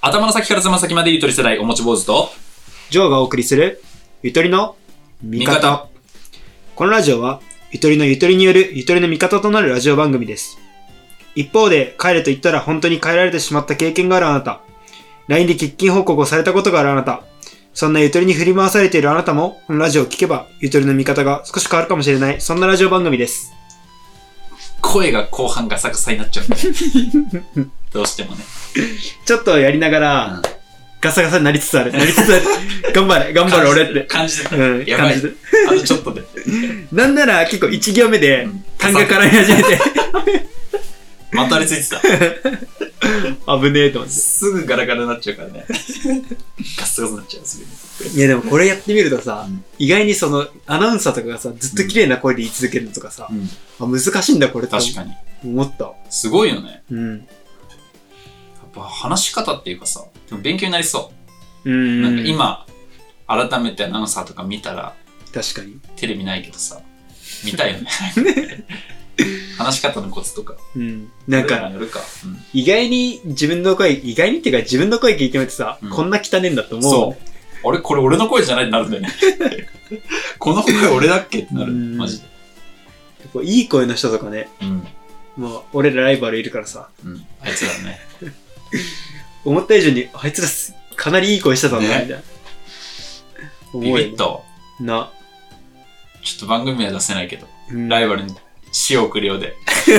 頭の先からつま先までゆとり世代おもち坊主とジョーがお送りするゆとりの味方。このラジオはゆとりのゆとりによるゆとりの味方となるラジオ番組です。一方で帰れと言ったら本当に帰られてしまった経験があるあなた、 LINE で欠勤報告をされたことがあるあなた、そんなゆとりに振り回されているあなたもこのラジオを聞けばゆとりの味方が少し変わるかもしれない、そんなラジオ番組です。 声が後半ガサガサになっちゃうねどうしてもねちょっとやりながら、ガサガサになりつつある頑張れ俺って感じてた、やばい感じてあとちょっとでなんなら結構1行目で痰が絡み始めてまたりついてた危ねえと思って、 すぐガラガラになっちゃうからねガサガサになっちゃうすぐに。 いやでもこれやってみるとさ、意外にそのアナウンサーとかがさずっと綺麗な声で言い続けるのとかさ、あ、難しいんだこれって確かに思った。 すごいよね。 やっぱ話し方っていうかさ、でも勉強になりそう。 なんか今改めてアナウンサーとか見たら、 確かにテレビないけどさ見たいよね話し方のコツとか、 なんかやるか、 意外に自分の声、意外にっていうか自分の声聞いてみてさ、こんな汚ねえんだと思う。 そう、あれこれ俺の声じゃないってなるんだよねこの声俺だっけってなる、マジで。 やっぱいい声の人とかね、もう俺らライバルいるからさ、 あいつらね思った以上にあいつらかなりいい声してたんだ、みたいな。 ビビったわな。 ちょっと番組は出せないけど、ライバルに死を送るようで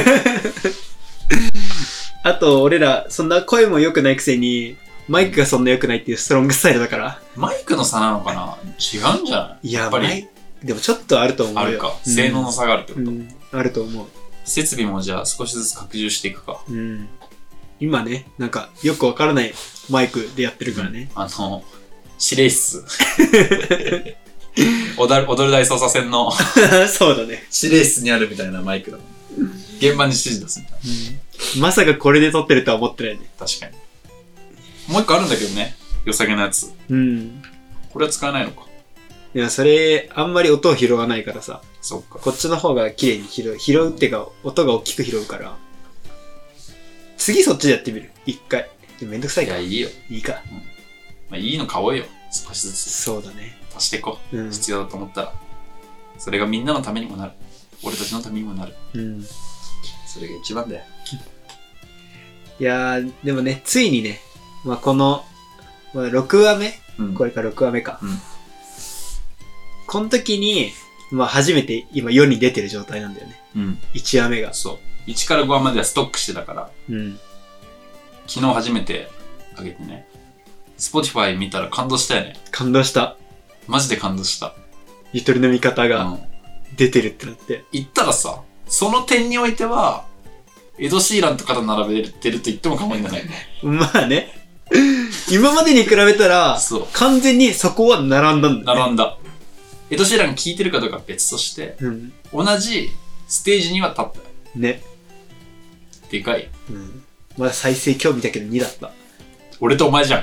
あと俺らそんな声も良くないくせにマイクがそんな良くないっていうストロングスタイルだから。 マイクの差なのかな、違うんじゃない？ いや、 やっぱりでもちょっとあると思うよ。 あるか、性能の差があるってこと、 あると思う。 設備もじゃあ少しずつ拡充していくか。 今ね、なんかよくわからないマイクでやってるからね。 指令室踊る大捜査線のそうだね、 指令室にあるみたいなマイクだもん。現場に指示出すみたいな、 まさかこれで撮ってるとは思ってないね。 確かに。もう一個あるんだけどね、良さげなやつ。これは使えないのか。 いや、それあんまり音を拾わないからさ。 そっか。 こっちの方が綺麗に拾うっていうか音が大きく拾うから、次そっちでやってみる一回。でもめんどくさいから。 いや、いいよ。 いいか。 まあいいの買おうよ、少しずつ。 そうだね、 足していこう、必要だと思ったら。それがみんなのためにもなる、俺たちのためにもなる。それが一番だよ。 いやー、でもね、ついにね、まあこの、6話目、これから6話目か。この時に、まあ初めて今世に出てる状態なんだよね。1話目が。 そう。1から5話まではストックしてたから。昨日初めてあげてね。Spotify 見たら感動したよね。 感動した。 マジで感動した。 ゆとりの味方が出てるってなって。 言ったらさ、その点においては、エド・シーランと肩並べてると言っても構いないね。 まあね。今までに比べたら、完全にそこは並んだんだ、ね。 並んだ。エド・シーランが聴いてるかどうかは別として、同じステージには立った。 ね。 でかい。 まだ再生今日見たけど2だった。 俺とお前じゃん。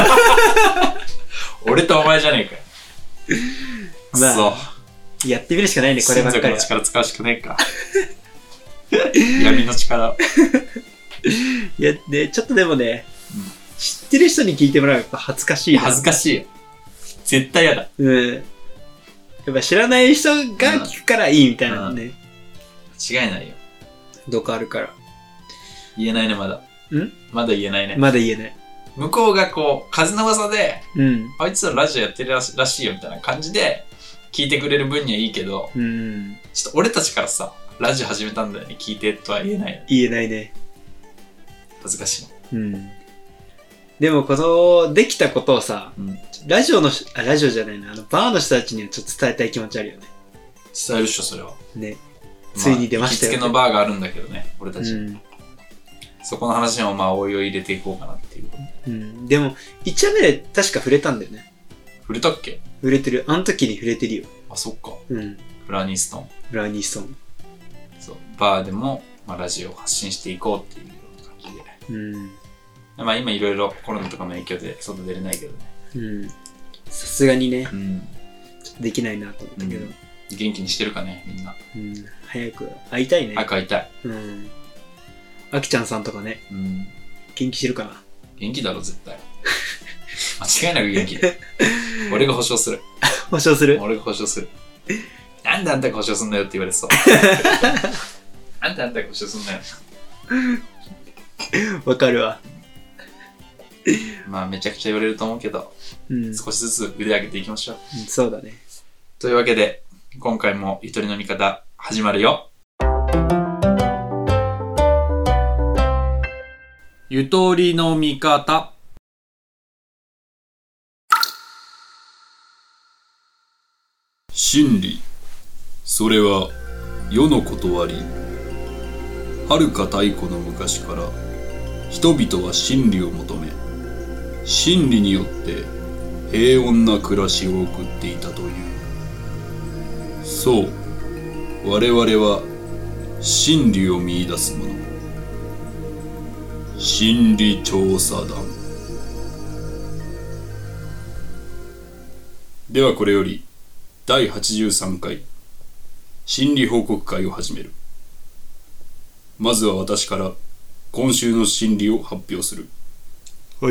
俺とお前じゃねえかよ。 まあ、やってみるしかないね、こればっかりは。 親族の力使うしかねえか。闇の力。 いや、ね、ちょっとでもね、知ってる人に聞いてもらうと恥ずかしいな。 恥ずかしいよ。絶対やだ。 やっぱ知らない人が聞くからいいみたいなのね。 間違いないよ。 どっかあるから。 言えないね、まだ。まだ言えないね。 まだ言えない。 向こうがこう、風の噂で、あいつらラジオやってるらしいよみたいな感じで、聞いてくれる分にはいいけど、ちょっと俺たちからさ、ラジオ始めたんだよね、聞いてとは言えない。 言えないね。 恥ずかしい。 でもできたことをさ、ラジオじゃないな、バーの人たちにはちょっと伝えたい気持ちあるよね。 伝えるっしょ、それは。 ね。ついに出ましたよ。 行きつけのバーがあるんだけどね、俺たち。そこの話もまあ、おいおい入れていこうかなっていう。 でも、1話目で確か触れたんだよね。 触れたっけ？ 触れてる。あの時に触れてるよ。 あ、そっか。フラニーストン。 フラニーストン。 そう。バーでも、まあ、ラジオを発信していこうっていう感じで。まあ今いろいろコロナとかの影響で外出れないけどね。 さすがにね、ちょっとできないなと思ったけど。 元気にしてるかね、みんな。 早く会いたいね。 早く会いたい。 あきちゃんさんとかね、元気してるかな。 元気だろ、絶対。 間違いなく元気で。俺が保証する。 保証する？ 俺が保証する。なんであんたが保証すんだよって言われそう。なんであんたが保証すんだよ。 わかるわ。 まあめちゃくちゃ言われると思うけど、少しずつ腕上げていきましょう。 そうだね。 というわけで、今回もゆとりの味方始まるよ。ゆとりの味方。 真理、それは世のことあり。遥か太古の昔から人々は真理を求め、真理によって平穏な暮らしを送っていたという。そう、我々は真理を見出す者。真理調査団。ではこれより第83回真理報告会を始める。まずは私から今週の真理を発表する。 はい。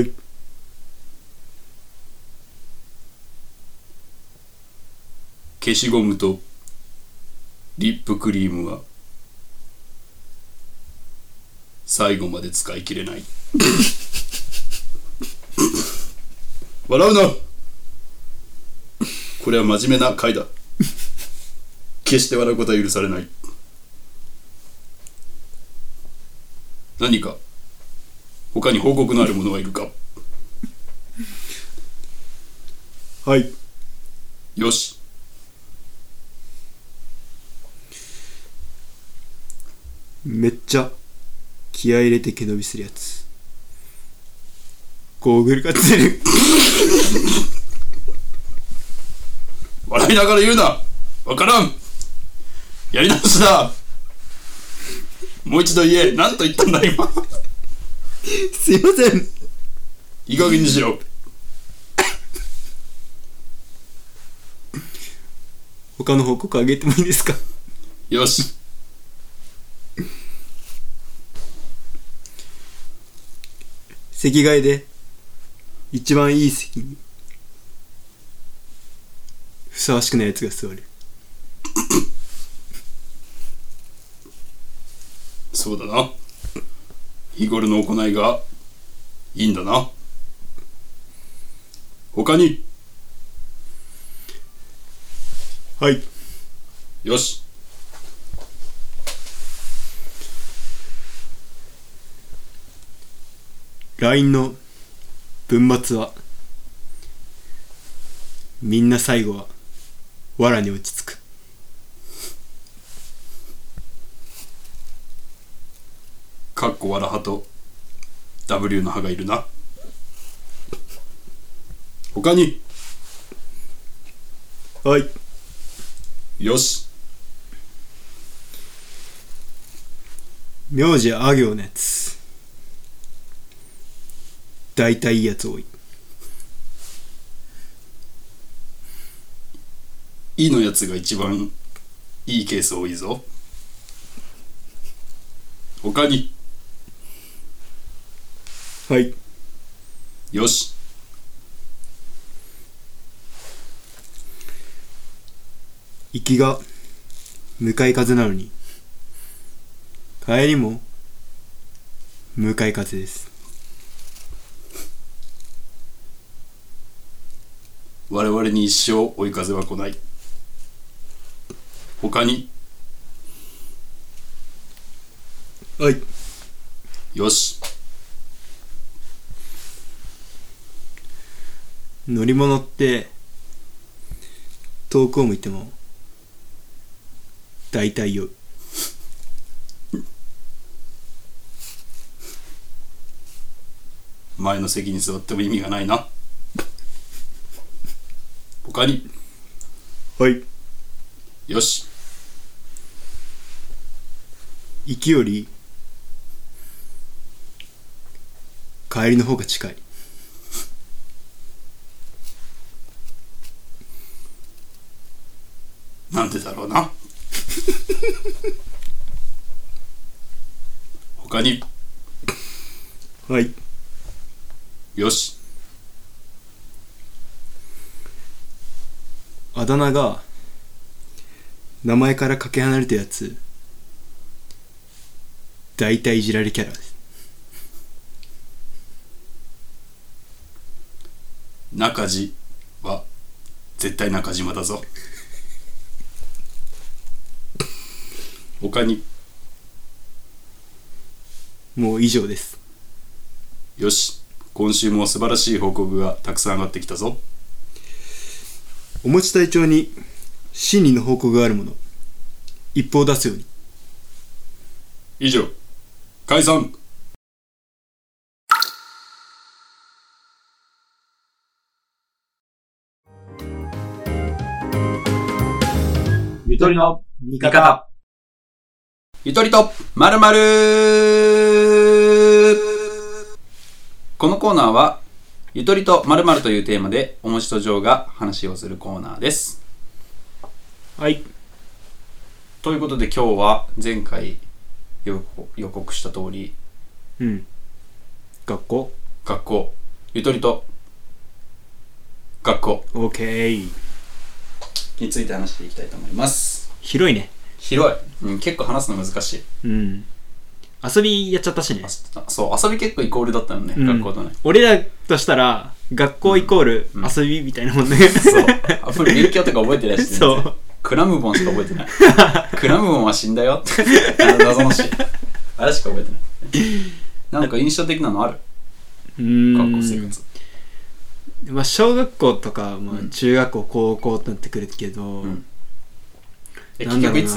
消しゴムとリップクリームは最後まで使い切れない。笑うな。これは真面目な回だ。決して笑うことは許されない。何か他に報告のある者はいるか？ はい。 よし。 めっちゃ気合い入れて毛伸びするやつ。ゴーグルがつる。 笑いながら言うな。わからん。やり直しだ。もう一度言え。何と言ったんだ今。 すいません。 いい加減にしろ。 他の報告あげてもいいですか？ よし。 席替えで一番いい席にふさわしくないやつが座る。 そうだな。日頃の行いがいいんだな。他に。 はい。 よし。 LINE の文末はみんな最後は藁に落ち着く。 かっこわらはと W の歯がいるな。他に。 はい。 よし。 名字あ行のやつ大体いいやつ多い。 いのやつが一番いいケース多いぞ。他に。 はい。 よし。 行きが向かい風なのに帰りも向かい風です。 我々に一生追い風は来ない。他に。 はい。 よし。 乗り物って遠くを向いても大体酔う。 前の席に座っても意味がないな。他に。 はい。 よし。 行きより帰りの方が近い。 なんでだろうな。他に。 はい。 よし。 あだ名が名前からかけ離れたやつ、大体いじられキャラです。 中地は絶対中島だぞ。他に。 もう以上です。 よし、今週も素晴らしい報告がたくさん上がってきたぞ。 お持ち隊長に真理の報告があるもの、一報を出すように。 以上、解散。 ゆとりの味方。 ゆとりとまるまる。このコーナーはゆとりとまるまるというテーマでおもちとジョーが話をするコーナーです。 はい。 ということで今日は前回予告した通り、 学校ゆとりと学校 OK について話していきたいと思います。 広いね。 広い、結構話すの難しい。 遊びやっちゃったしね。 そう、遊び結構イコールだったのね、学校とね。 俺らとしたら学校イコール遊びみたいなもんね。 そうアプリ勉強とか覚えてないし、ね、 そうクラムボンしか覚えてない。クラムボンは死んだよって謎のしあれしか覚えてない。なんか印象的なのある？学校生活。 まあ小学校とか、中学校、高校ってなってくるけど、 結局いつ？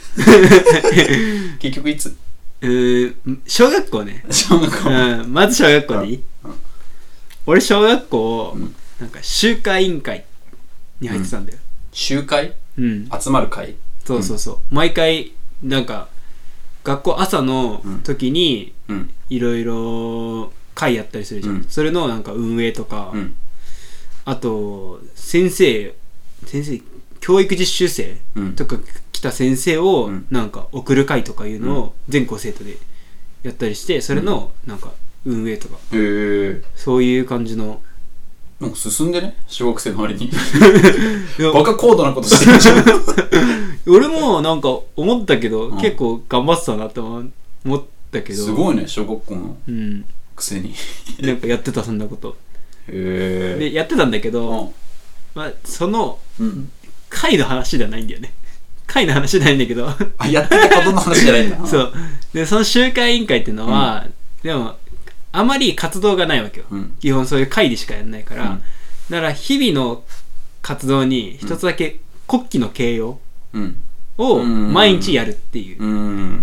結局いつ？ 小学校ね。 小学校、 まず小学校でいい？俺小学校、なんか集会委員会に入ってたんだよ。 集会？集まる会？ そうそうそう。毎回なんか学校朝の時にいろいろ会やったりするじゃん。それのなんか運営とか、あと先生教育実習生とか来た先生をなんか送る会とかいうのを全校生徒でやったりして、それのなんか運営とか、そういう感じの。 なんか進んでね、小学生の割にバカ高度なことしてるじゃん。 俺もなんか思ったけど、結構頑張ってたなって思ったけど、 すごいね、小学校のくせになんかやってた、そんなこと。でやってたんだけど、その会の話ではないんだよね。会の話じゃないんだけどやってたことの話じゃないんだ。 そうで、その集会委員会っていうのは、でもあまり活動がないわけよ、基本そういう会でしかやらないから、だから日々の活動に一つだけ国旗の掲揚を毎日やるっていう、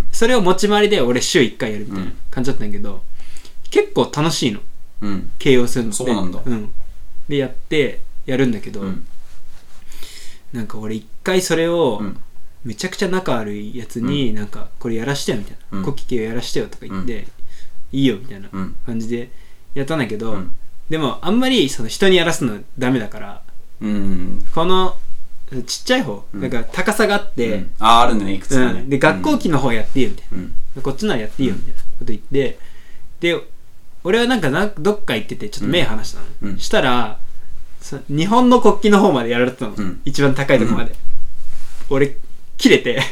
それを持ち回りで俺週1回やるみたいな感じだったんだけど、結構楽しいの、掲揚するのって。 そうなんだ。 でやるんだけど、なんか俺一回それをめちゃくちゃ仲悪いやつになんかこれやらしてよみたいな、国旗掲揚やらしてよとか言って、いいよみたいな感じでやったんだけど、でもあんまりその人にやらすのダメだから、このちっちゃい方、だから高さがあって、 あるね、いくつかね、 で学校旗の方やっていいよみたいな、こっちのはやっていいよみたいなこと言って、で俺はなんかどっか行っててちょっと目離したの、したら日本の国旗の方までやられてたの、一番高いとこまで、俺切れて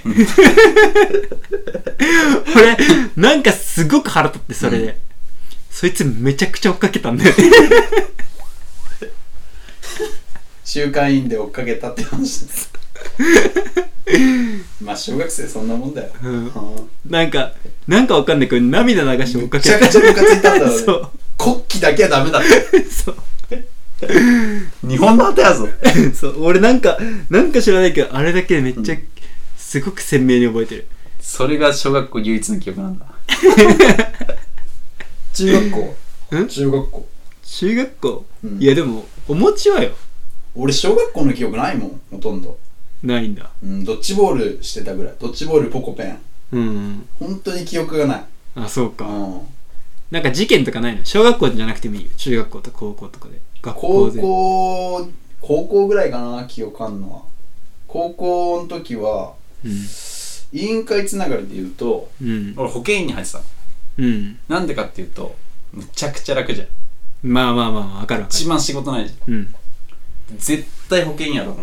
俺なんかすごく腹立って、それで、そいつめちゃくちゃ追っかけたんだよね集会員で追っかけたって話です。まあ小学生そんなもんだよ、 なんかわかんないけど涙流して追っかけた。 めちゃくちゃムカついたんだろうね。そう、国旗だけはダメだってそう日本の旗やぞそう俺なんか知らないけど、あれだけでめっちゃすごく鮮明に覚えてる。 それが小学校唯一の記憶なんだ。中学校中学校、 いやでもお餅はよ。 俺小学校の記憶ないもん、ほとんどないんだ。 ドッジボールしてたぐらい。ドッジボール、ポコペン、本当に記憶がない。 あ、そうか、なんか事件とかないの？小学校じゃなくてもいいよ、中学校とか高校とかで。学校で高校ぐらいかな、記憶あんのは。高校の時は、委員会つながりで言うと、俺保健委員に入ってたの。なんでかっていうとむちゃくちゃ楽じゃん。 まあわかる。 一番仕事ないじゃん、絶対保健委員やろうと思って。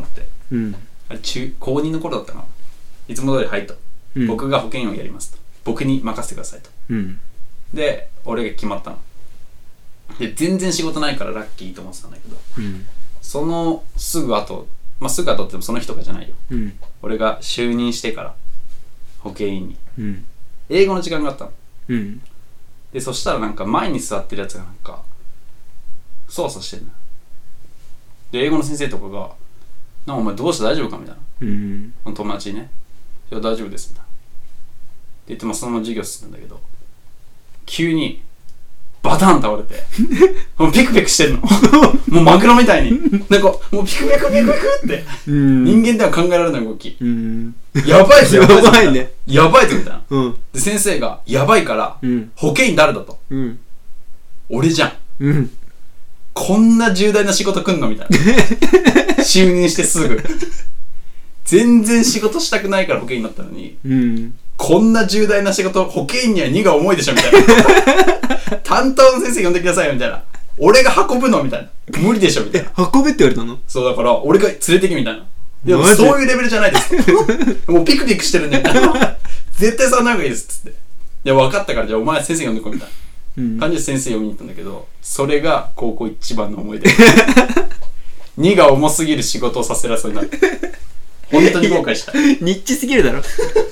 うん、 あれ高2の頃だったな。いつも通り入った、うん、僕が保健をやりますと、僕に任せてくださいと、うん、で俺が決まったので、全然仕事ないからラッキーと思ってたんだけど、うん、そのすぐ後、すぐ後ってもその日とかじゃないよ、うん、俺が就任してから保健員に、うん、英語の時間があったの、うん、でそしたらなんか前に座ってるやつがなんかそわそわしてんので、英語の先生とかが「お前どうした大丈夫か?」みたいな、うん、友達にね「いや大丈夫です」みたいなって言って、そのまま授業進んだんだけど、急にバタン倒れてもうピクピクしてんのもうマグロみたいになんかもうピクピクピクピクって、人間では考えられない動き、やばいぞやばいね、やばいぞみたいな、うん、で先生がやばいから、うん、保健員誰だと、うん、俺じゃん、うん、こんな重大な仕事来んのみたいな就任してすぐ全然仕事したくないから保健員になったのに、うん、こんな重大な仕事保健員には荷が重いでしょみたいな担当の先生呼んでくださいよみたいな、俺が運ぶのみたいな、無理でしょみたいな。 運べって言われたの？ そうだから俺が連れてきみたいな。でもそういうレベルじゃないですもうピクピクしてるんで絶対触んない方がいいですっつって、いや分かったからじゃあお前先生呼んでこいみたいな感じで先生呼びに行ったんだけど、それが高校一番の思い出荷が重すぎる仕事をさせられそうになる本当に後悔した。 ニッチすぎるだろ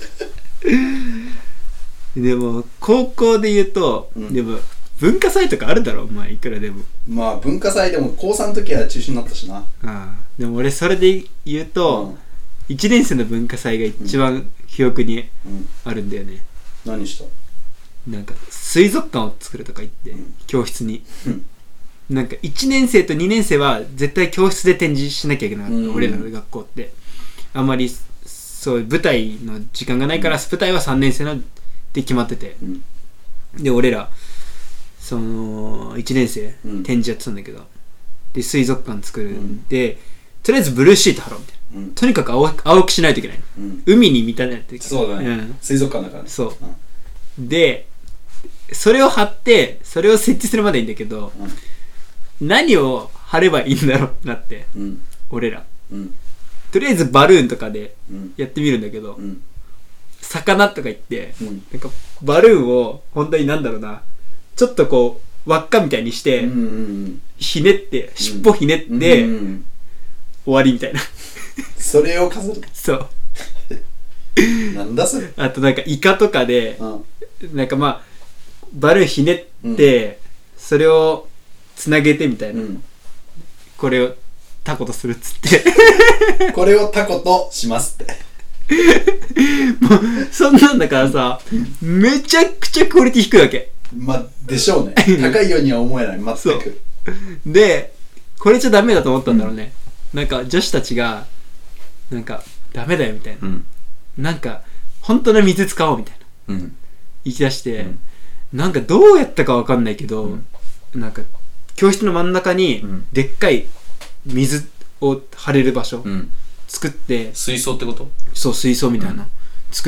でも高校で言うと、うん、でも文化祭とかあるだろお前、いくらでも。 文化祭でも高3の時は中止になったしな。 でも俺それで言うと、1年生の文化祭が一番記憶にあるんだよね、 何した？ なんか水族館を作るとか言って、教室になんか1年生と2年生は絶対教室で展示しなきゃいけなかった、俺らの学校ってあんまりそう舞台の時間がないから、舞台は3年生のって決まってて、で俺らその1年生展示やってたんだけど、で水族館作るんで、とりあえずブルーシート貼ろうみたいな、とにかく青くしないといけない、海に見たやってそうだね、水族館だからね。 そう、でそれを貼ってそれを設置するまでいいんだけど、何を貼ればいいんだろうってなって、俺ら、とりあえずバルーンとかでやってみるんだけど、魚とか言って、なんかバルーンを本当になんだろうな、ちょっとこう輪っかみたいにして、ひねって尻尾ひねって、終わりみたいなそれを飾る。 そうなんだそれ。 あとなんかイカとかで、なんかバルーンひねって、それをつなげてみたいな、これをタコとするっつってこれをタコとしますってもうそんなんだからさ、めちゃくちゃクオリティ低いわけ。 でしょうね高いようには思えない全く。 でこれじゃダメだと思ったんだろうね、なんか女子たちがなんかダメだよみたいな、なんか本当の水使おうみたいな、言い出して、なんかどうやったかわかんないけど、なんか教室の真ん中にでっかい水を張れる場所作って、 水槽ってこと？ そう、水槽みたいな、作って、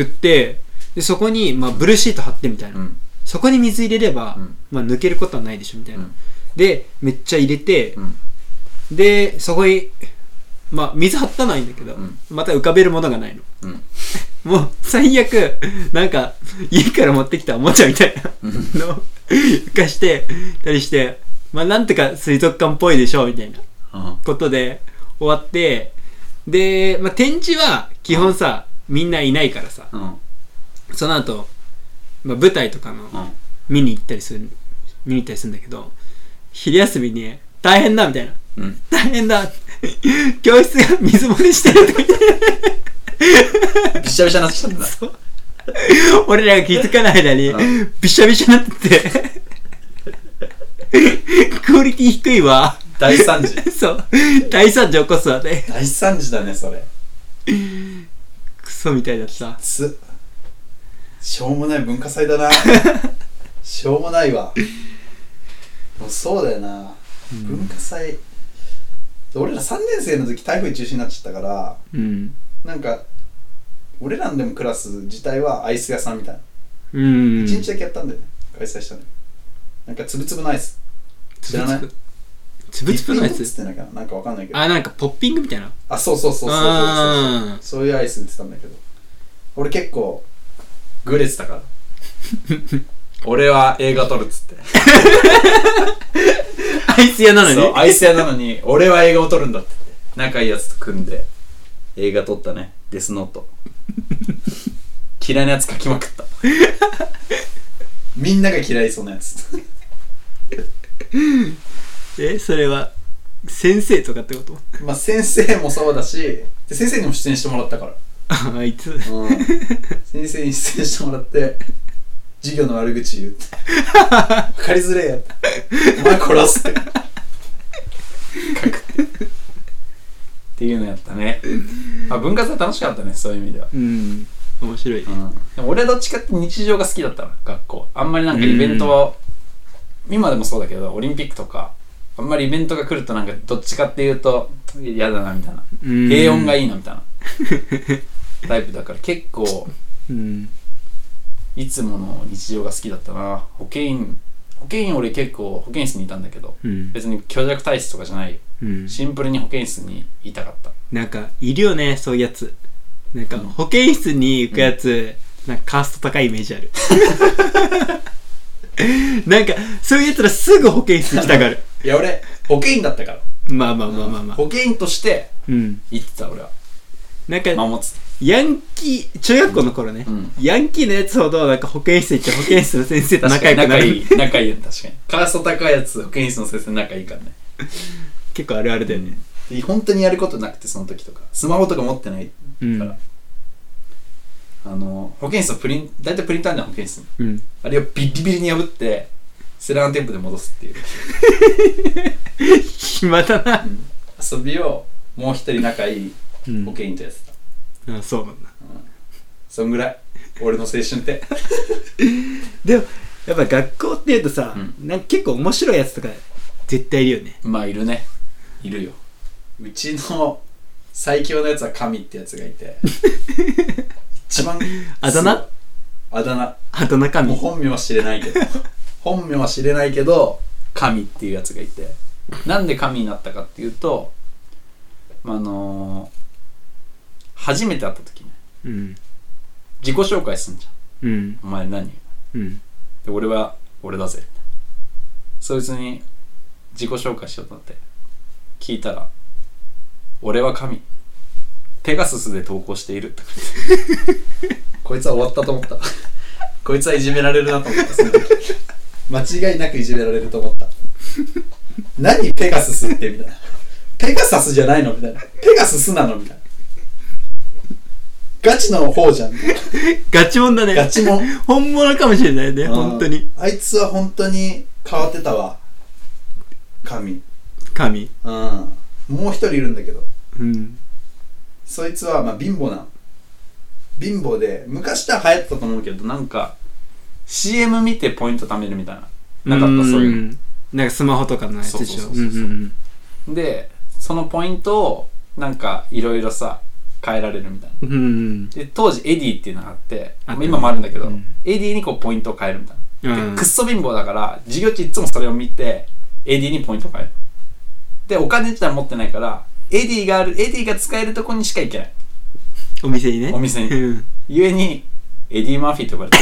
でそこにブルーシート貼ってみたいな、そこに水入れれば、抜けることはないでしょみたいな、でめっちゃ入れて、でそこに水張ったのはいいんだけど、また浮かべるものがないの、もう最悪なんか家から持ってきたおもちゃみたいなのを浮かしてたりして、なんとか水族館っぽいでしょみたいなことで終わって、で、展示は基本さ、みんないないからさ、その後、舞台とかの見に行ったりするんだけど、昼休みに大変だみたいな、大変だ教室が水漏れしてるとか言ってびしゃびしゃになってきたんだ。 そう俺らが気づかない間にびしゃびしゃになっててクオリティ低いわ。 大惨事そう大惨事起こすわね。 大惨事だねそれ。 クソみたいだった。 しょうもない文化祭だなしょうもないわ。もうそうだよな、文化祭。俺ら3年生の時台風中止になっちゃったから、なんか俺らのでもクラス自体はアイス屋さんみたいな、1日だけやったんだよね、開催したの。なんかつぶつぶのアイス知らない？ つぶつぶのやつディッピングっつってなんかなんかわかんないけど、 なんかポッピングみたいな。 そうそういうアイス売ってたんだけど、俺結構グレてたから俺は映画撮るっつってアイス屋なのに。 そう、アイス屋なのに俺は映画を撮るんだって言って仲いいやつと組んで映画撮ったね。デスノート嫌いなやつ書きまくったみんなが嫌いそうなやつそれは先生とかってこと？ まあ先生もそうだし、で先生にも出演してもらったからあいつ、 先生に出演してもらって授業の悪口言って分かりづれえやってお前殺すって書くっていうのやったね。文化祭楽しかったね、そういう意味では。 面白いね。 でも俺はどっちかって日常が好きだったの、学校。あんまりなんかイベントは、今でもそうだけどオリンピックとかあんまりイベントが来るとなんかどっちかっていうと嫌だなみたいな、平穏がいいなみたいなタイプだから結構いつもの日常が好きだったな。保健院俺結構保健室にいたんだけど、別に虚弱体質とかじゃないよ、シンプルに保健室にいたかった。 なんかいるよね、そういうやつ。なんか保健室に行くやつ、なんかカースト高いイメージあるなんかそういうやつらすぐ保健室行きたがるいや俺保健院だったから、 まあ保健院として行ってた俺は。 なんか守ってた。 ヤンキー、中学校の頃ね、ヤンキーのやつほどなんか保健室行って保健室の先生と仲良くなる。 仲いい確かに。カースト高いやつ保健室の先生仲いいからね結構あるあるだよね、 本当にやることなくて、その時とかスマホとか持ってないから、保健室の大体プリンターじゃん保健室に、あれをビリビリに破ってセランテンポで戻すっていう暇だな、 遊びをもう一人仲いい保健員とやってた、 そうなんだ、 そんぐらい俺の青春ってでもやっぱ学校っていうとさ、なんか結構面白いやつとか絶対いるよね。 まあいるね、いるよ。うちの最強のやつは神ってやつがいて一番あだ名神。 もう本名は知れないけど神っていうやつがいて、なんで神になったかっていうと、初めて会った時ね、自己紹介すんじゃん、お前何、で俺は俺だぜ、そいつに自己紹介しようと思って聞いたら、俺は神、ペガススで投稿しているってこいつは終わったと思ったこいつはいじめられるなと思った。その時間違いなくいじめられると思った何ペガススってみたいな、ペガサスじゃないのみたいな、ペガススなのみたいな、ガチの方じゃんガチモンだね。 ガチモン本物かもしれないね、本当に。 あいつは本当に変わってたわ。神もう一人いるんだけど、そいつは貧乏で、昔は流行ってたと思うけど、なんか CM 見てポイント貯めるみたいな、なかった、そういうの。 なんかスマホとかのやつでしょ。 でそのポイントをなんかいろいろさ変えられるみたいな、で当時エディっていうのがあって、今もあるんだけど、エディにこうポイントを変えるみたいな、でくっそ貧乏だから授業中いつもそれを見てエディにポイントを変える。でお金自体持ってないからエディが使えるとこにしか行けない、 お店にね。 ゆえにエディ・マーフィーと呼ばれてた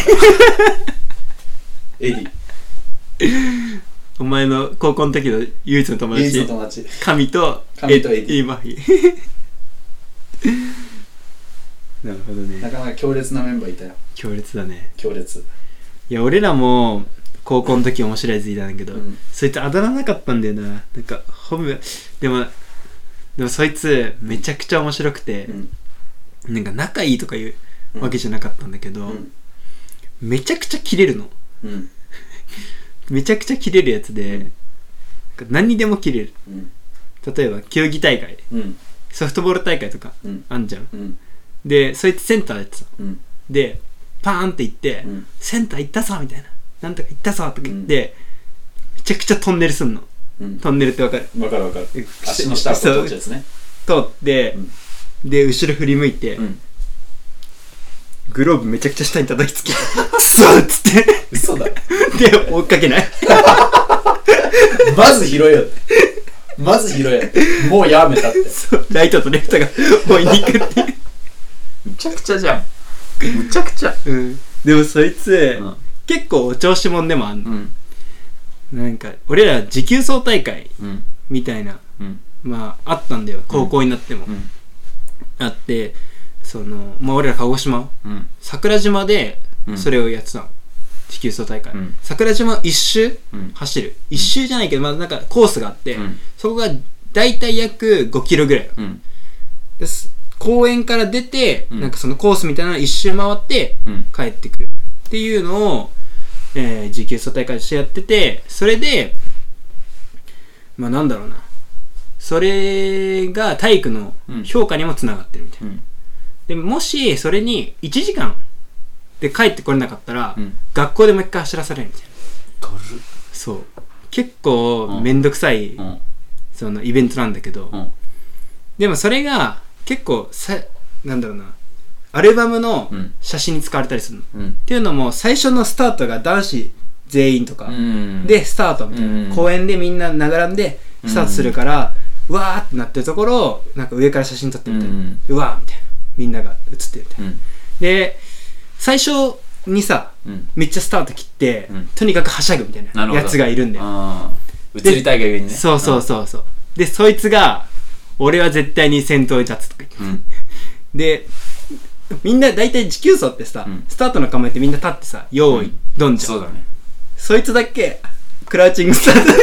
エディ、 お前の高校の時の唯一の友達、神とエディ・マーフィーなるほどね。 なかなか強烈なメンバーいたよ。 強烈だね。 強烈。 いや俺らも高校の時面白いやついたんだけど、そいつあだ名なかったんだよな。なんかでもそいつめちゃくちゃ面白くて、なんか仲いいとかいうわけじゃなかったんだけど、めちゃくちゃキレるの、めちゃくちゃキレるやつで、何にでもキレる、例えば球技大会、ソフトボール大会とかあんじゃん、でそいつセンターやってた、でパーンって行って、センター行ったぞみたいな、なんとか行ったぞとか言って、めちゃくちゃトンネルすんの、トンネルってわかる？ わかる。足の下を通っちゃうやつね。 通って、で後ろ振り向いて、グローブめちゃくちゃ下に叩きつけてクソっつって嘘だで追っかけないまず拾えよってまず拾え。もうやめたって。 そうライトとレフトが追いに行くっていう。 むちゃくちゃじゃん。むちゃくちゃ。 でもそいつ、結構お調子者でもあんの。なんか俺ら持久走大会みたいな、まああったんだよ、高校になっても。あって、まあ俺ら鹿児島、桜島でそれをやってたの。持久走大会。桜島一周走る。一周じゃないけど、まあなんかコースがあって、そこがだいたい約5キロぐらい。で公園から出て、なんかそのコースみたいなの一周回って帰ってくるっていうのを、持久走大会としてやってて、それでまあなんだろうな、それが体育の評価にもつながってるみたいな。でもしそれに1時間で帰ってこれなかったら、学校でもう一回走らされるみたいな。そう結構めんどくさい、そのイベントなんだけど、でもそれが結構なんだろうな、アルバムの写真に使われたりするの、っていうのも最初のスタートが男子全員とかでスタートみたいな、公園でみんな並んでスタートするから、うわーってなってるところをなんか上から写真撮ってみたいな、うわーみたいな、みんなが写ってるみたいな、で最初にさ、めっちゃスタート切って、とにかくはしゃぐみたいなやつがいるんだよ。 映りたいがゆえにね。 そうでそいつが俺は絶対に先頭に立つとか言って、でみんな大体持久走ってさ、スタートの構えてみんな立ってさ、用意ドンじゃん。 そうだね。 そいつだけクラウチングスタート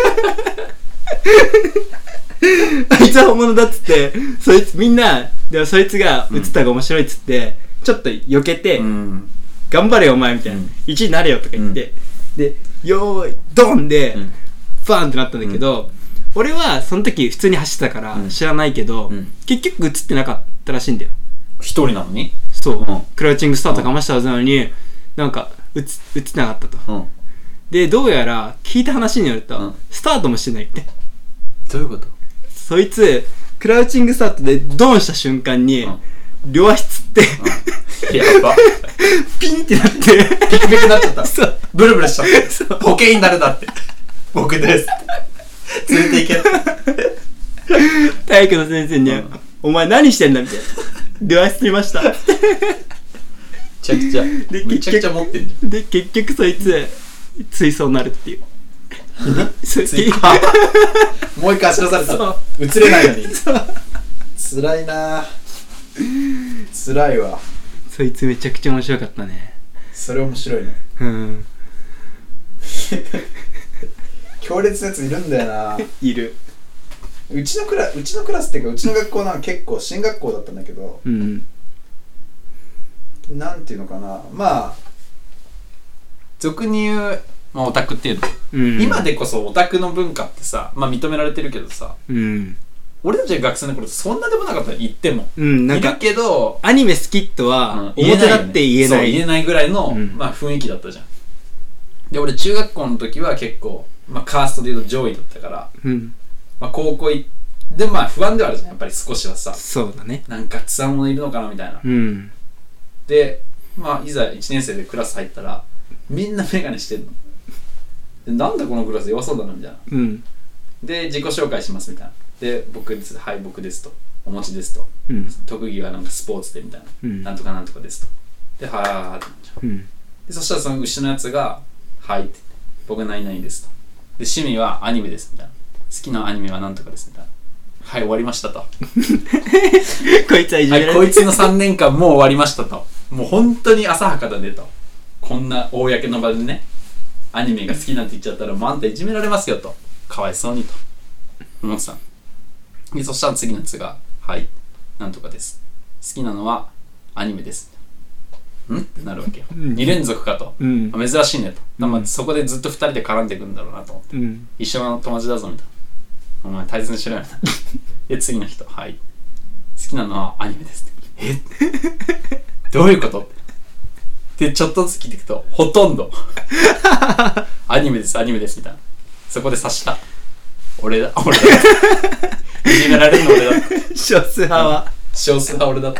あいつは本物だっつって、そいつみんなでもそいつが映った方が面白いっつって、ちょっと避けて、頑張れよお前みたいな、1位になれよとか言って、でよーいドンで、バーンってなったんだけど、俺はその時普通に走ってたから知らないけど、結局映ってなかったらしいんだよ。 一人なのに？ そう、クラウチングスタートかましたはずなのに、なんか映ってなかったと。でどうやら聞いた話によると、スタートもしてないって。 どういうこと？ そいつクラウチングスタートでドンした瞬間に、両足つって、 やばピンってなってピクピクになっちゃった。 そうブルブルしちゃった。保険になるだって。僕です連れて行け体育の先生に、お前何してんだみたいな、両足つりましためちゃくちゃめちゃくちゃ持ってんじゃん。 で結局そいつ追走になるっていう。 もう一回走らされた。映れないのに。辛いな。辛いわ。 そいつめちゃくちゃ面白かったね。 それ面白いね。強烈なやついるんだよな。 いる。 うちのクラスっていうか、うちの学校なんか結構進学校だったんだけど、なんていうのかな、まあ俗に言う、まあ、オタクっていうの、今でこそオタクの文化ってさ、まあ認められてるけどさ、俺たちが学生の頃そんなでもなかったら言っても、なんかいるけどアニメ好きとは表だって言えない、 言えないぐらいの、まあ、雰囲気だったじゃん。で俺中学校の時は結構、まあ、カーストでいうと上位だったから、まあ、高校行ってまあ不安ではあるじゃん、やっぱり少しはさ。そうだね。なんかつわものいるのかなみたいな、でまあいざ1年生でクラス入ったらみんなメガネしてんので、なんだこのクラス弱そうだなみたいな、で自己紹介しますみたいな、で僕です、はい僕ですと、お持ちですと、特技はなんかスポーツでみたいな、なんとかなんとかですと、ではーってなっちゃう、でそしたらその後ろのやつがはいって僕何々ですと、で趣味はアニメですみたいな、好きなアニメはなんとかですみたいな、はい終わりましたとこいつはいじめられて、 はい、こいつの3年間もう終わりましたと、もう本当に浅はかだねと、こんな公の場でねアニメが好きなんて言っちゃったらもうあんたいじめられますよと、かわいそうにと思ってた。でそしたら次のやつがはいなんとかです、好きなのはアニメですってなるわけよ、2連続かと、珍しいねと、まあ、そこでずっと2人で絡んでいくんだろうなと思って、一緒の友達だぞみたいな、お前大切にしろよみたいなで次の人はい好きなのはアニメですってどういうことってでちょっとずつ聞いていくとほとんどアニメですアニメですみたいな、そこで察した、俺だいじめられるの俺だ少数派は、 少数派俺だ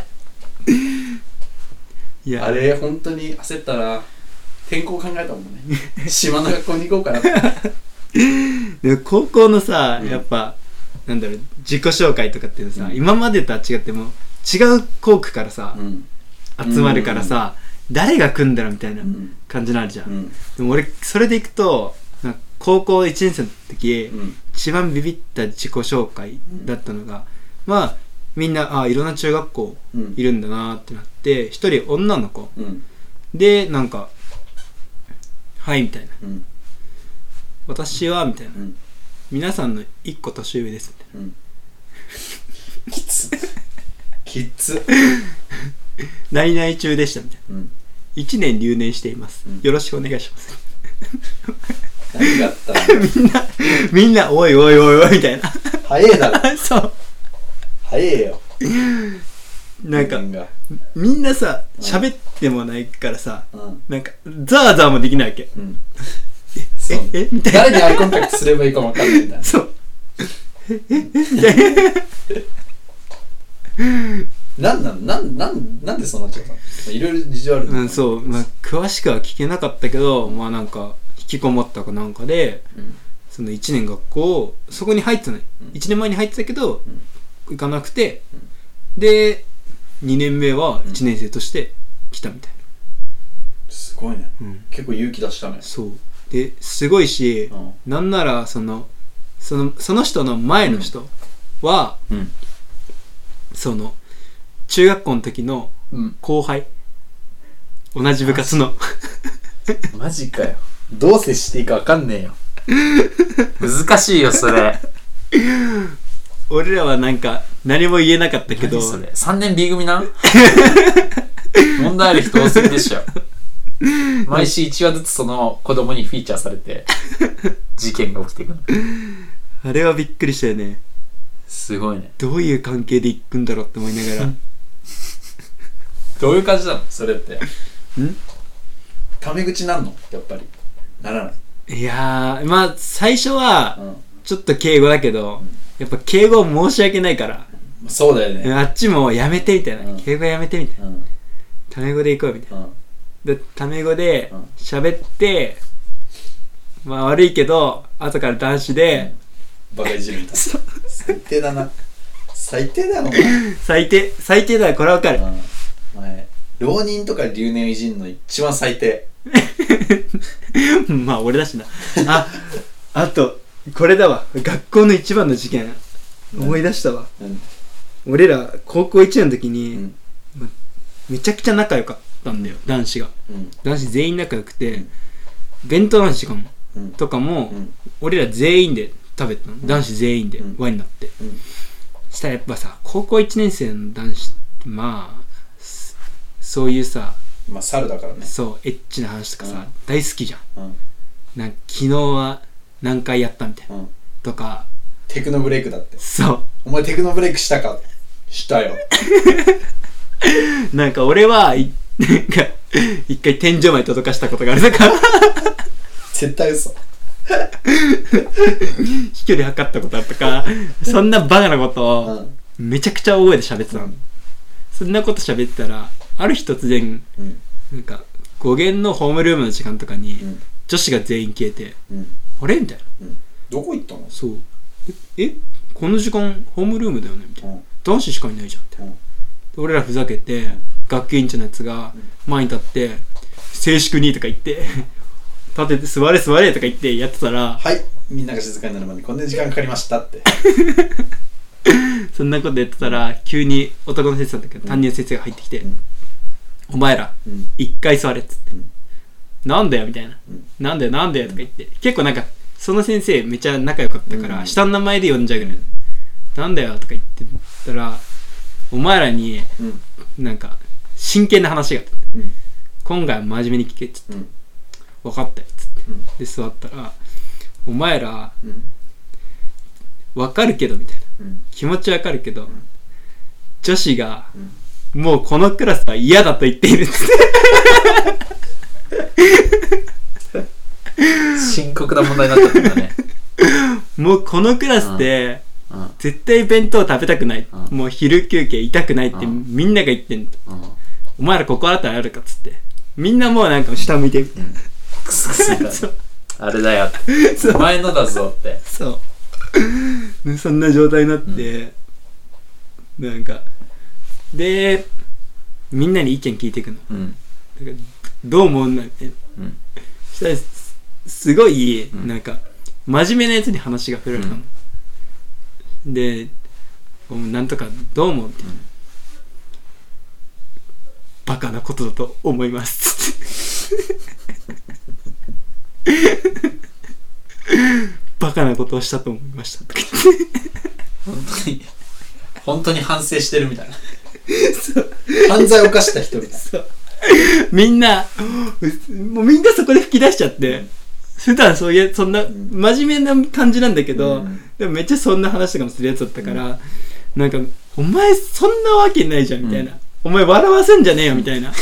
いやあれ本当に焦ったな、転校考えたもんね島の学校に行こうかなってで高校のさ、やっぱなんだろう、自己紹介とかっていうのさ、今までとは違っても違う校区からさ、集まるからさ、誰が来んだろうみたいな感じになるじゃん。でも俺それでいくと高校1年生の時、一番ビビった自己紹介だったのが、まあみんないろんな中学校いるんだなってなって、一人女の子、でなんかはいみたいな、私はみたいな、皆さんの1個年上ですみたいな、 きつ何々中でしたみたいな、1年留年しています、よろしくお願いします何があったのみんなおいおいおいおいみたいな早えだろそう早えよ。 なんかみんなさ喋ってもないからさ、なんかザーザーもできないわけ、えみたいな、 誰にアイコンタクトすればいいかも分かんないみたいな。 そうみたいななんでそうなっちゃったの？いろいろ事情ある。 そう、詳しくは聞けなかったけど、なんか引きこもったかなんかで、その1年学校そこに入ってたの、1年前に入ってたけど、行かなくて、で2年目は1年生として来たみたいな。 すごいね、結構勇気出したね。 そうですごいし、なんならその人の前の人は、その中学校の時の後輩、同じ部活のマジかよ。どう接していいか分かんねえよ難しいよそれ俺らはなんか何も言えなかったけど、 何それ3年 B 組な問題ある人多すぎでしょ毎週1話ずつその子供にフィーチャーされて事件が起きていくの。 あれはびっくりしたよね。 すごいね。 どういう関係で行くんだろうって思いながらどういう感じなのそれって。タメ口なんの？やっぱりならない。 いやー最初はちょっと敬語だけど、やっぱ敬語申し訳ないから、 そうだよね。 あっちもやめてみたいな、敬語やめてみたいな、タメ語で行こうみたいな、でタメ語で喋って、悪いけど後から男子で、 バカいじるみたいな最低だな。最低だよ最低だよ。これわかる。 前浪人とか留年いじんの一番最低俺だしな。あとこれだわ、学校の一番の事件思い出したわ、俺ら高校1年の時に、めちゃくちゃ仲良かったんだよ、男子が、男子全員仲良くて、弁当の時間とかも、俺ら全員で食べてたの、男子全員で輪になって、したらやっぱさ、高校1年生の男子ってそういうさ、 猿だからね。 そうエッチな話とかさ、大好きじゃん、なんか昨日は何回やったみたいな、とか。 テクノブレイクだって。 そう、 お前テクノブレイクしたか？したよなんか俺はなんか一回天井まで届かしたことがあるとか絶対嘘飛距離測ったことあるとか、そんなバカなことをめちゃくちゃ大声で喋ってたの、そんなこと喋ってたら、ある日突然、なんか語源のホームルームの時間とかに、女子が全員消えて、あれみたいな、 どこ行ったの？ そう、この時間ホームルームだよねみたいな、男子しかいないじゃんみたいな、俺らふざけて、学級委員長のやつが前に立って静粛にとか言って立てて座れとか言ってやってたら、 はい、みんなが静かになるまでこんな時間かかりましたってそんなことやってたら、急に男の先生だったけど、担任の先生が入ってきて、お前ら一回座れっつって、なんだよみたいな、なんだよとか言って、結構なんかその先生めちゃ仲良かったから、下の名前で呼んじゃうぐらい、なんだよとか言ってたら、お前らになんか真剣な話があって、今回は真面目に聞けっつって、分かったよっつって、で座ったら、お前ら分かるけどみたいな、気持ち分かるけど、女子がもうこのクラスは嫌だと言っているっつって深刻な問題になったんだねもうこのクラスで絶対弁当食べたくない、もう昼休憩痛くないってみんなが言ってんの、お前らここあったらあるかっつって、みんなもうなんか下向いてる、 クスクスだあれだよお前のだぞって。 そうそんな状態になって、なんかでみんなに意見聞いていくの、だからどう思うんだって、したらすごいなんか真面目なやつに話が振られたの、でなんとかどう思うって、バカなことだと思いますバカなことをしたと思いましたとか本当に反省してるみたいな犯罪を犯した人みたいな。そうみんなもうみんなそこで吹き出しちゃって、普段そんな真面目な感じなんだけど、でもめっちゃそんな話とかもするやつだったから、なんかお前そんなわけないじゃんみたいな、お前笑わせんじゃねえよみたいな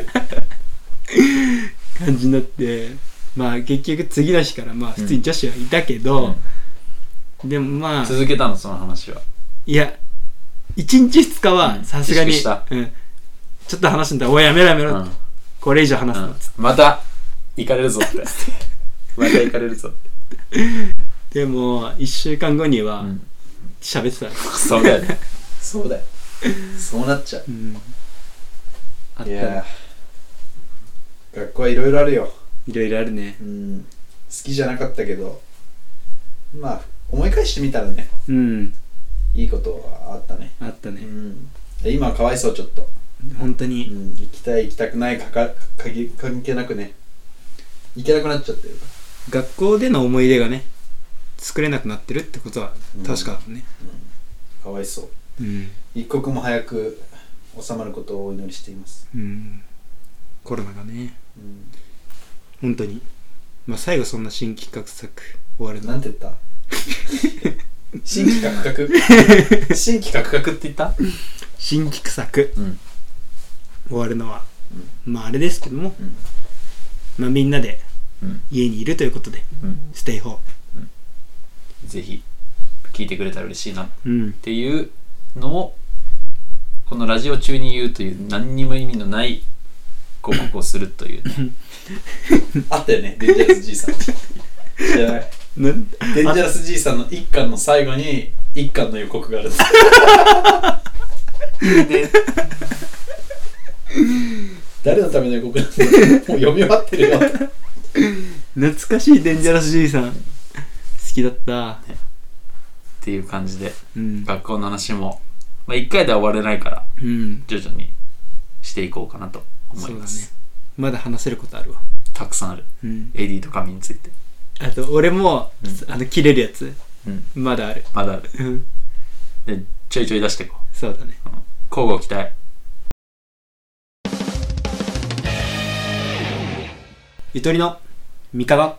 感じになって、まあ結局次の日からまあ普通に女子はいたけど、でもまあ続けたのその話は。 いや1日2日はさすがに、ちょっと話すんだ、おいやめろやめろ、これ以上話すの、 また行かれるぞってまた行かれるぞってでも1週間後には喋ってた、 そうだよねそうだよ、そうなっちゃう、 あったいや学校はいろいろあるよ。 いろいろあるね。 好きじゃなかったけど、まあ思い返してみたらね、いいことはあったね。 あったね。 今はかわいそう、ちょっと本当に、 行きたい行きたくない関係なくね、行けなくなっちゃってる。 学校での思い出がね作れなくなってるってことは確かだね。 かわいそう。一刻も早く収まることをお祈りしています。 コロナがね、本当にまあ最後そんな新企画作終わるのなんて言った新企画新企画って言った。 新企画作、終わるのは、まああれですけども、まあみんなで家にいるということで、ステイホー、 ぜひ聞いてくれたら嬉しいなっていうのを、このラジオ中に言うという何にも意味のない広告をするというねあったよね、デンジャラスじいさん。知らない？デンジャラスじいさんの一巻の最後に一巻の予告があるんです誰のための予告なんだろう。もう読み終わってるよ懐かしいデンジャラスじいさん好きだった、 っていう感じで、学校の話も、まあ、1回では終われないから、徐々にしていこうかなと思います。 そうだね、まだ話せることあるわ、 たくさんある、AD と紙について。 あと俺も、切れるやつ、まだある。 まだある。でちょいちょい出していこう。 そうだね。 交互期待。 ゆとりの味方。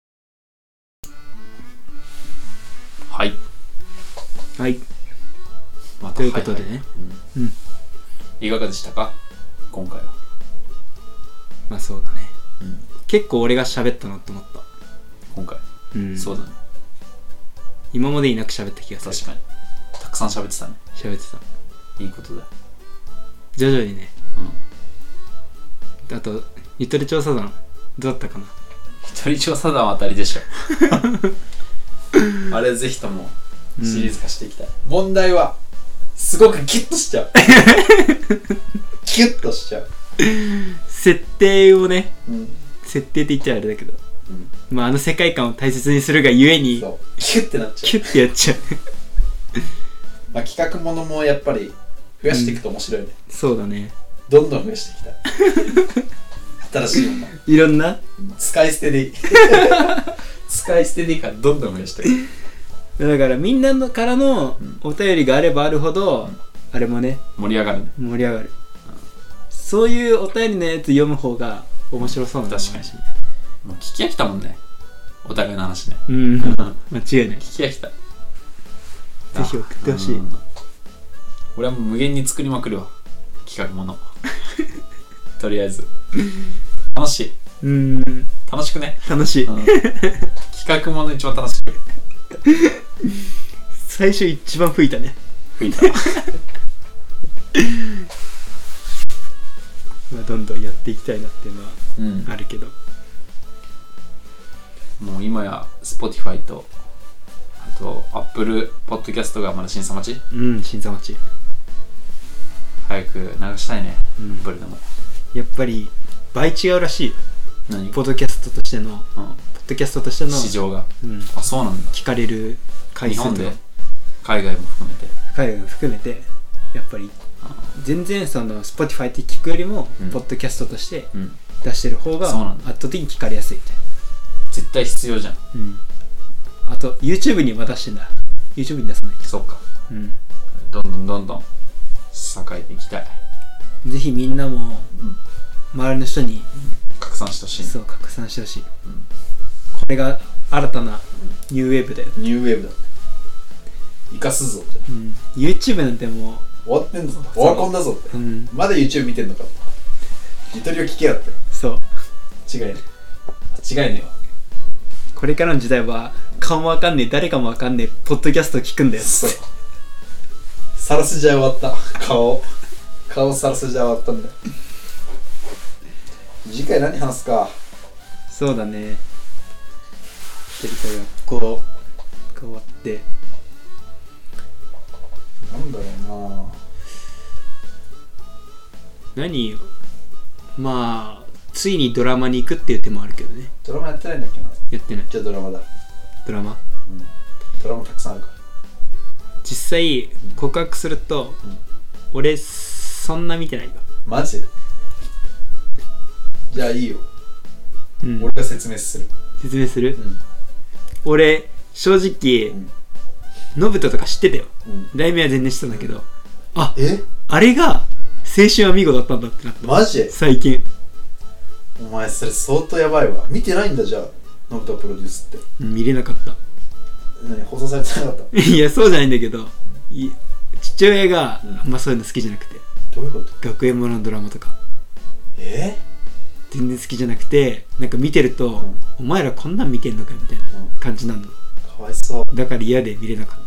はいはい、 まということでね、 いかがでしたか今回は。 まあそうだね、結構俺が喋ったなって思った。 今回、そうだね。 今までいなく喋った気がする。 確かにたくさん喋ってたね。 喋ってた。 いいことだよ。 徐々にね、あとゆとり調査団どうだったかな。 ゆとり調査団は当たりでしょあれぜひともシリーズ化していきたい、問題はすごくギュッとしちゃうギュッとしちゃう設定をね、設定って言っちゃあれだけど、まあ世界観を大切にするがゆえにそうキュッてなっちゃう。 キュッてやっちゃうまあ企画ものもやっぱり増やしていくと面白いね、 そうだね。 どんどん増やしていきたい新しいものいろんな使い捨てでいい使い捨てでいいからどんどん増やしていく。 だからみんなのからのお便りがあればあるほど、あれもね盛り上がるね。 盛り上がる、そういうお便りのやつ読む方が面白そうなの。 確かにもう聞き飽きたもんね、お互いの話ね。 間違いない。 聞き飽きた。 ぜひ送ってほしい。 俺はもう無限に作りまくるわ、企画ものとりあえず楽しい。楽しくね。 楽しい、 企画もの一番楽しい最初一番吹いたね。 吹いたまあどんどんやっていきたいなっていうのはあるけど、 もう今や Spotify とあと Apple Podcast がまだ審査待ち。 審査待ち。 早く流したいね。Apple でもやっぱり倍違うらしいよ。 何？ ポッドキャストとしての、ポッドキャストとしての市場が、あ、そうなんだ。 聞かれる回数と日本で海外も含めてやっぱり全然その Spotify って聞くよりも、ポッドキャストとして出してる方が圧倒的に聞かれやすいみたいな。 絶対必要じゃん。 あと YouTube には出してんだ。YouTube に出さないと。 そっか。どんどん栄えていきたい。 ぜひみんなも周りの人に拡散してほしい。 そう、拡散してほしい。これが新たなニューウェーブだよ。 ニューウェーブだ。生かすぞって。 YouTube なんてもう終わってんぞ。オワコンだぞって。まだ YouTube 見てんのか。ゆとりを聞けよって。 そう。 違いねえわ。 これからの時代は顔もわかんねえ、誰かもわかんねえポッドキャスト聞くんだよ。 そう。さらす時代終わった。顔さらす時代終わったんだよ。次回何話すか。 そうだね。一人会がこう変わってなんだろうな。 何よ。まあついにドラマに行くっていう手もあるけどね。 ドラマやってないんだっけ。 やってない。 じゃあドラマだ。 ドラマたくさんあるから。 実際告白すると、俺そんな見てないよ。 マジ？じゃあいいよ。俺が説明する。 俺正直ノブトとか知ってたよ。題名は全然知ってたんだけど、あれが青春は見事だったんだってなった。 マジ？ 最近。 お前それ相当やばいわ。見てないんだ。じゃあノブトプロデュースって見れなかった。 何、放送されてなかった？ いや、そうじゃないんだけど、父親があんまそういうの好きじゃなくて。 どういうこと？ 学園もののドラマとか全然好きじゃなくて、なんか見てると、お前らこんなん見てんのかみたいな感じなの。かわいそう。 だから嫌で見れなかった。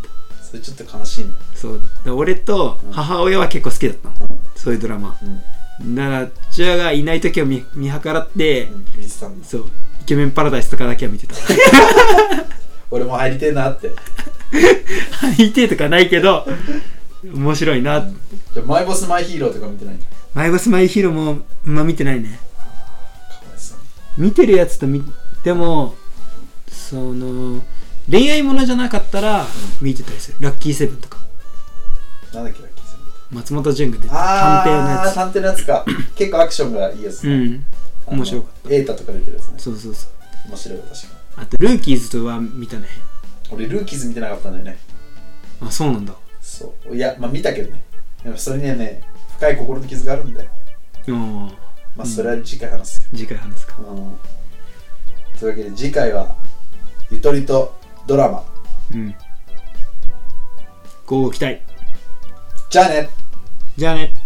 それちょっと悲しいね。 そうだ。俺と母親は結構好きだったの、そういうドラマ。だから父親がいない時を見計らって、 見てたんだ。 そう、イケメンパラダイスとかだけは見てた。 俺も入りてえなって。 入りてえとかないけど面白いな。 じゃあマイボスマイヒーローとか見てないんだ。 マイボスマイヒーローも見てないね。 かわいそう。 見てるやつとでもその恋愛ものじゃなかったら見てたりする。ラッキーセブンとか。 なんだっけ、ラッキーセブン。 松本潤が出て探偵のやつ。 探偵のやつか。結構アクションがいいやつ。 面白かった。 エータとか出てるやつね。 そう。 面白い。確かに。 あとルーキーズとは見たね。 俺ルーキーズ見てなかったんだよね。 あ、そうなんだ。 そう。いや、まあ見たけどね。でもそれにはね、深い心の傷があるんだよ。まあそれは次回話すよ。 次回話すか。 というわけで次回はゆとりとドラマ。 乞うご期待。 じゃあね。